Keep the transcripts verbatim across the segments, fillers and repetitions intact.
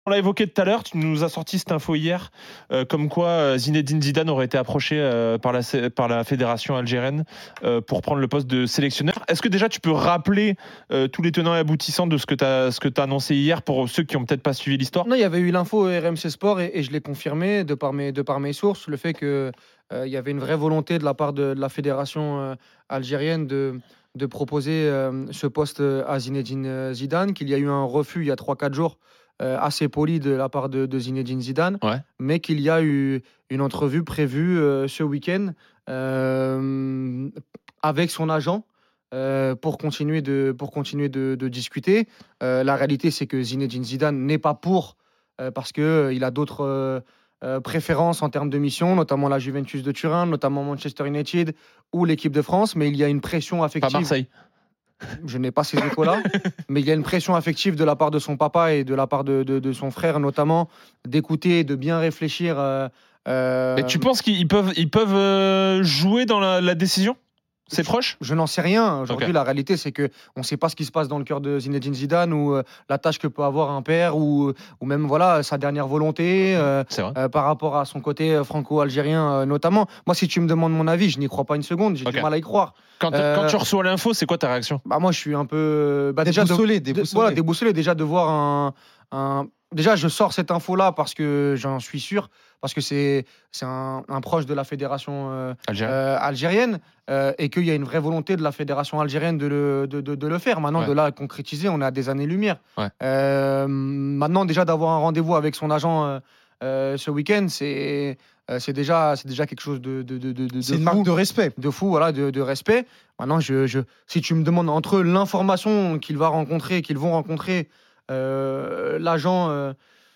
On l'a évoqué tout à l'heure, tu nous as sorti cette info hier, euh, comme quoi euh, Zinedine Zidane aurait été approché euh, par, la, par la fédération algérienne euh, pour prendre le poste de sélectionneur. Est-ce que déjà tu peux rappeler euh, tous les tenants et aboutissants de ce que tu as annoncé hier pour ceux qui n'ont peut-être pas suivi l'histoire ? Non, il y avait eu l'info R M C Sport et, et je l'ai confirmé de par mes, de par mes sources, le fait qu'il euh, y avait une vraie volonté de la part de, de la fédération euh, algérienne de, de proposer euh, ce poste à Zinedine Zidane, qu'il y a eu un refus il y a trois quatre jours euh, assez poli de la part de, de Zinedine Zidane, ouais. mais qu'il y a eu une entrevue prévue euh, ce week-end euh, avec son agent. Euh, pour continuer de, pour continuer de, de discuter. Euh, la réalité, c'est que Zinedine Zidane n'est pas pour, euh, parce qu'il euh, il a d'autres euh, euh, préférences en termes de mission, notamment la Juventus de Turin, notamment Manchester United ou l'équipe de France, mais il y a une pression affective. Pas Marseille. Je n'ai pas ces échos-là, mais il y a une pression affective de la part de son papa et de la part de, de, de son frère, notamment, d'écouter, de bien réfléchir. Euh, euh... Mais tu penses qu'ils peuvent, ils peuvent euh, jouer dans la, la décision ? C'est proche ? Je n'en sais rien. Aujourd'hui, okay. La réalité, c'est qu'on ne sait pas ce qui se passe dans le cœur de Zinedine Zidane ou euh, la tâche que peut avoir un père ou, ou même voilà, sa dernière volonté euh, euh, par rapport à son côté franco-algérien euh, notamment. Moi, si tu me demandes mon avis, je n'y crois pas une seconde. J'ai okay. du mal à y croire. Quand, euh, quand tu reçois l'info, c'est quoi ta réaction ? Bah, moi, je suis un peu... Bah, déjà déboussolé, de, déboussolé. De, voilà, déboussolé déjà de voir un... un... Déjà, je sors cette info-là parce que j'en suis sûr, parce que c'est un, un proche de la fédération euh, Algérien. euh, algérienne euh, et qu'il y a une vraie volonté de la fédération algérienne de le, de, de, de le faire. Maintenant, ouais. de là à concrétiser, on est à des années-lumière. Ouais. Euh, maintenant, déjà, d'avoir un rendez-vous avec son agent euh, euh, ce week-end, c'est euh, déjà, déjà quelque chose de, de, de, de C'est une fou, marque de respect. De fou, voilà, de, de respect. Maintenant, je, je, si tu me demandes entre l'information qu'il va rencontrer, qu'ils vont rencontrer, Euh, l'agent euh,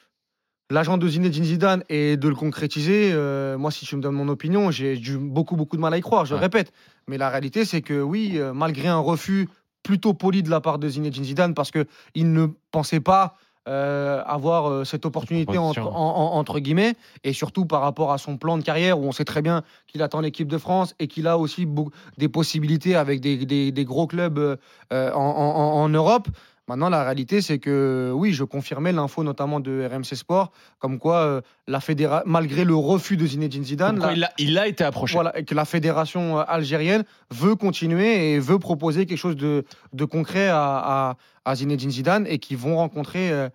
l'agent de Zinedine Zidane et de le concrétiser, euh, moi si tu me donnes mon opinion, j'ai beaucoup beaucoup de mal à y croire, je ouais. répète, mais la réalité c'est que oui, euh, malgré un refus plutôt poli de la part de Zinedine Zidane parce qu'il ne pensait pas euh, avoir euh, cette opportunité entre, en, en, entre guillemets, et surtout par rapport à son plan de carrière où on sait très bien qu'il attend l'équipe de France et qu'il a aussi des possibilités avec des, des, des gros clubs euh, en, en, en Europe. Maintenant, la réalité, c'est que oui, je confirmais l'info notamment de R M C Sport, comme quoi euh, la fédéra... malgré le refus de Zinedine Zidane, la... il, a, il a été approché. Voilà, et que la fédération algérienne veut continuer et veut proposer quelque chose de, de concret à, à, à Zinedine Zidane et qui vont rencontrer euh,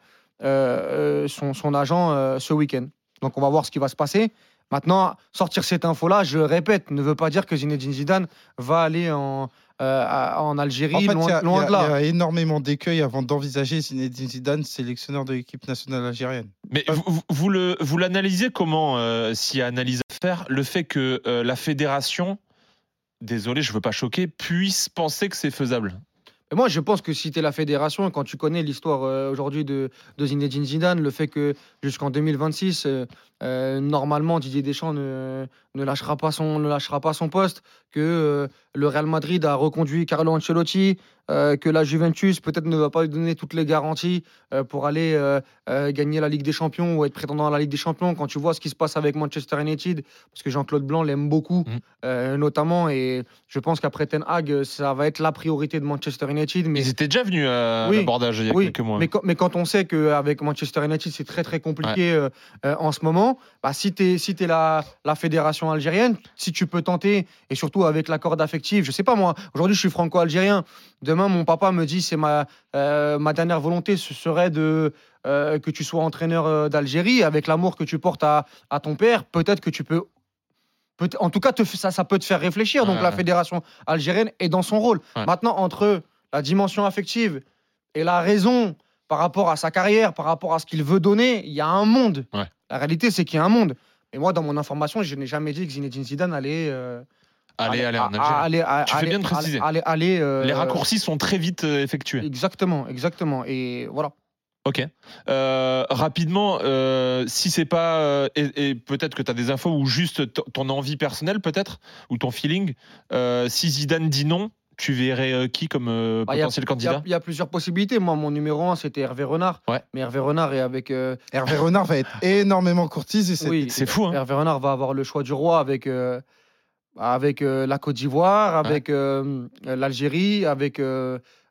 euh, son, son agent euh, ce week-end. Donc, on va voir ce qui va se passer. Maintenant, sortir cette info-là, je répète, ne veut pas dire que Zinedine Zidane va aller en, euh, en Algérie, en fait, loin, y a, loin y a, de là. Il y a énormément d'écueils avant d'envisager Zinedine Zidane sélectionneur de l'équipe nationale algérienne. Mais euh, vous, vous, le, vous l'analysez comment, euh, s'il y a analyse à faire, le fait que euh, la fédération, désolé, je ne veux pas choquer, puisse penser que c'est faisable ? Et moi, je pense que si tu es la fédération, quand tu connais l'histoire euh, aujourd'hui de, de Zinedine Zidane, le fait que jusqu'en deux mille vingt-six, euh, euh, normalement, Didier Deschamps ne, ne, lâchera pas son, ne lâchera pas son poste, que euh, le Real Madrid a reconduit Carlo Ancelotti, euh, que la Juventus peut-être ne va pas lui donner toutes les garanties euh, pour aller euh, euh, gagner la Ligue des Champions ou être prétendant à la Ligue des Champions. Quand tu vois ce qui se passe avec Manchester United, parce que Jean-Claude Blanc l'aime beaucoup, mmh. euh, notamment, et je pense qu'après Ten Hag, ça va être la priorité de Manchester United. Mais... Ils étaient déjà venus à oui, l'abordage il y a oui, quelques mois. Mais quand, mais quand on sait qu'avec Manchester United, c'est très très compliqué ouais. euh, euh, en ce moment, bah, si tu es si t'es la, la fédération algérienne, si tu peux tenter, et surtout avec la corde affective, je sais pas moi, aujourd'hui je suis franco-algérien, demain mon papa me dit c'est ma, euh, ma dernière volonté, ce serait de, euh, que tu sois entraîneur euh, d'Algérie, avec l'amour que tu portes à, à ton père, peut-être que tu peux... Peut en tout cas, te, ça, ça peut te faire réfléchir, donc ouais. la fédération algérienne est dans son rôle. Ouais. Maintenant, entre la dimension affective et la raison par rapport à sa carrière, par rapport à ce qu'il veut donner, il y a un monde. Ouais. La réalité, c'est qu'il y a un monde. Et moi, dans mon information, je n'ai jamais dit que Zinedine Zidane allait... Euh, Allez, allez, en Algérie. Allez, tu fais bien de préciser. Allez, allez, euh, Les raccourcis sont très vite euh, effectués. Exactement, exactement. Et voilà. Ok. Euh, rapidement, euh, si c'est pas... Euh, et, et peut-être que tu as des infos ou juste t- ton envie personnelle, peut-être, ou ton feeling, euh, si Zidane dit non, tu verrais euh, qui comme euh, bah, potentiel y a, candidat ? Il y, y a plusieurs possibilités. Moi, mon numéro un, c'était Hervé Renard. Ouais. Mais Hervé Renard est avec... Euh... Hervé Renard va être énormément courtisé. C'est, oui, c'est fou. Hein. Hervé Renard va avoir le choix du roi avec... Euh... avec euh, la Côte d'Ivoire, avec ouais. euh, l'Algérie, avec euh,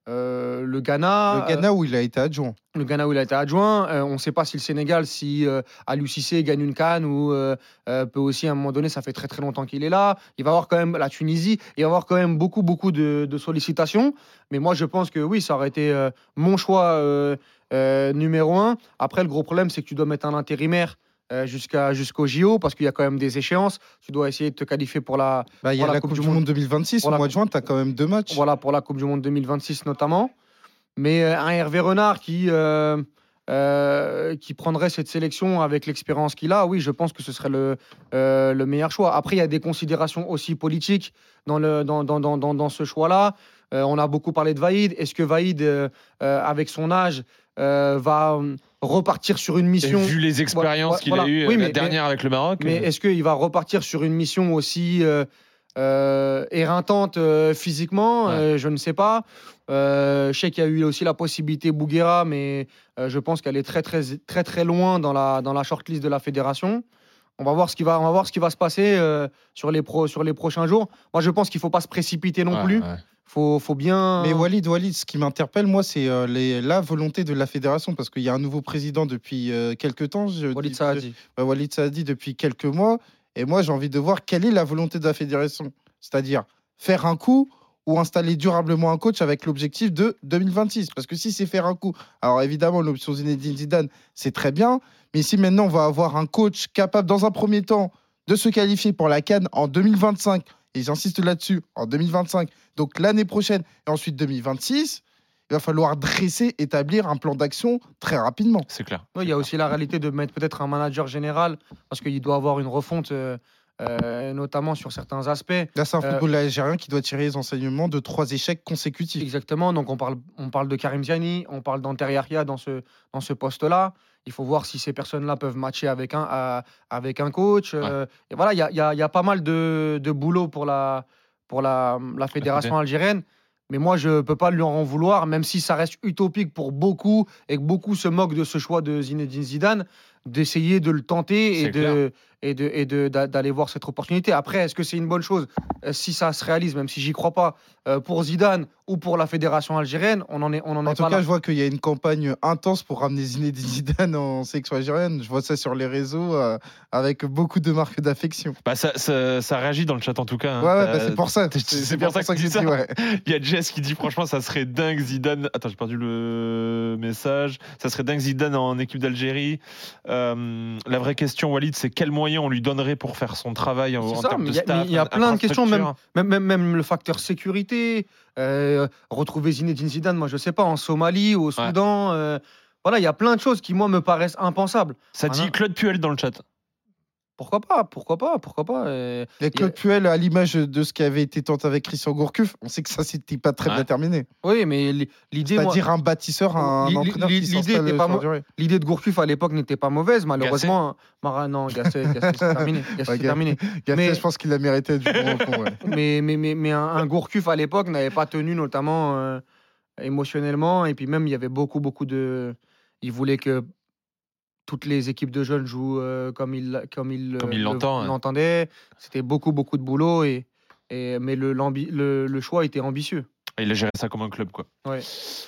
Euh, le Ghana. Le Ghana où il a été adjoint. Le Ghana où il a été adjoint. Euh, on ne sait pas si le Sénégal, si euh, Aliou Cissé gagne une CAN ou euh, euh, peut aussi à un moment donné, ça fait très très longtemps qu'il est là. Il va avoir quand même la Tunisie. Il va avoir quand même beaucoup beaucoup de, de sollicitations. Mais moi, je pense que oui, ça aurait été euh, mon choix euh, euh, numéro un. Après, le gros problème, c'est que tu dois mettre un intérimaire. Euh, jusqu'à, jusqu'au J O, parce qu'il y a quand même des échéances. Tu dois essayer de te qualifier pour la, Bah, il y a pour la Coupe, du Monde, monde deux mille vingt-six. Au la, mois de juin, tu as quand même deux matchs. Voilà, pour la Coupe du Monde deux mille vingt-six notamment. Mais euh, un Hervé Renard qui, euh, euh, qui prendrait cette sélection avec l'expérience qu'il a, oui, je pense que ce serait le, euh, le meilleur choix. Après, il y a des considérations aussi politiques dans, le, dans, dans, dans, dans, dans ce choix-là. Euh, on a beaucoup parlé de Vaïd. Est-ce que Vaïd, euh, euh, avec son âge, euh, va repartir sur une mission. Et vu les expériences voilà, qu'il voilà. a eues oui, la mais, dernière mais, avec le Maroc. Mais est-ce qu'il va repartir sur une mission aussi euh, euh, éreintante euh, physiquement ouais. euh, Je ne sais pas. Euh, je sais qu'il y a eu aussi la possibilité Bouguera, mais euh, je pense qu'elle est très très très très loin dans la dans la shortlist de la fédération. On va voir ce qui va on va voir ce qui va se passer euh, sur les pro, sur les prochains jours. Moi, je pense qu'il faut pas se précipiter non ouais, plus. Ouais. Faut, faut bien. Mais Walid, Walid, ce qui m'interpelle, moi, c'est euh, les, la volonté de la fédération, parce qu'il y a un nouveau président depuis euh, quelques temps. Je Walid dis- Saadi. Bah, Walid Saadi depuis quelques mois. Et moi, j'ai envie de voir quelle est la volonté de la fédération. C'est-à-dire faire un coup ou installer durablement un coach avec l'objectif de deux mille vingt-six. Parce que si c'est faire un coup, alors évidemment, l'option Zinedine Zidane, c'est très bien. Mais si maintenant, on va avoir un coach capable, dans un premier temps, de se qualifier pour la CAN en deux mille vingt-cinq, et j'insiste là-dessus, en deux mille vingt-cinq, donc l'année prochaine, et ensuite deux mille vingt-six, il va falloir dresser, établir un plan d'action très rapidement. C'est clair. Oui, il y a aussi la réalité de mettre peut-être un manager général, parce qu'il doit avoir une refonte, euh, euh, notamment sur certains aspects. Là, c'est un Euh, football algérien qui doit tirer les enseignements de trois échecs consécutifs. Exactement, donc on parle, on parle de Karim Ziani, on parle d'Anter Yahya dans ce, dans ce poste-là. Il faut voir si ces personnes-là peuvent matcher avec un, euh, avec un coach. Euh, et voilà, il y a, y a- y a pas mal de, de boulot pour la, pour la, la fédération algérienne. Mais moi, je ne peux pas lui en vouloir, même si ça reste utopique pour beaucoup et que beaucoup se moquent de ce choix de Zinedine Zidane, d'essayer de le tenter et C'est de, et de et de d'a- d'aller voir cette opportunité. Après, est-ce que c'est une bonne chose Euh, si ça se réalise, même si j'y crois pas, euh, pour Zidane ou pour la fédération algérienne, on en est on en En est tout pas cas, là. je vois qu'il y a une campagne intense pour ramener Zinedine Zidane en sélection algérienne. Je vois ça sur les réseaux euh, avec beaucoup de marques d'affection. Bah, ça, ça, ça réagit dans le chat en tout cas. hein. Ouais, ouais, T'as- bah, c'est pour ça. c'est- c'est pour ça que je tu dis dis ça. ouais. Il y a Jess qui dit franchement ça serait dingue Zidane. Attends, j'ai perdu le message. Ça serait dingue Zidane en équipe d'Algérie. Euh, la vraie question, Walid, c'est quels moyens on lui donnerait pour faire son travail en, C'est en ça, termes mais de il y a- staff, mais il y a plein de questions, infrastructure. Même, même, même le facteur sécurité, euh, retrouver Zinedine Zidane, moi je sais pas, en Somalie, au Soudan. euh, voilà, il y a plein de choses qui, moi, me paraissent impensables. Ça dit Voilà. Claude Puel dans le chat. Pourquoi pas Pourquoi pas Pourquoi pas euh, Les Claude Puel, à l'image de ce qui avait été tenté avec Christian Gourcuff, on sait que ça s'était pas très Ouais. bien terminé. Oui, mais li- l'idée, moi, C'est-à-dire un bâtisseur, un Li- li- entraîneur li- qui l'idée s'installe était pas sur la mo- durée. l'idée de Gourcuff à l'époque n'était pas mauvaise, malheureusement. Mara, non, Gasset, Gasset, c'est terminé. Gasset, Ouais, c'est terminé. Gasset, Mais- je pense qu'il a mérité du bon repos, ouais. Mais, mais, mais, mais un, un Gourcuff à l'époque n'avait pas tenu, notamment euh, émotionnellement. Et puis même, il y avait beaucoup, beaucoup de. Il voulait que toutes les équipes de jeunes jouent euh, comme il, comme il, Comme euh, il le- l'entend, ouais. l'entendait. C'était beaucoup, beaucoup de boulot. Et, et, mais le, l'ambi- le, le choix était ambitieux. Il a géré ça comme un club, quoi. Ouais.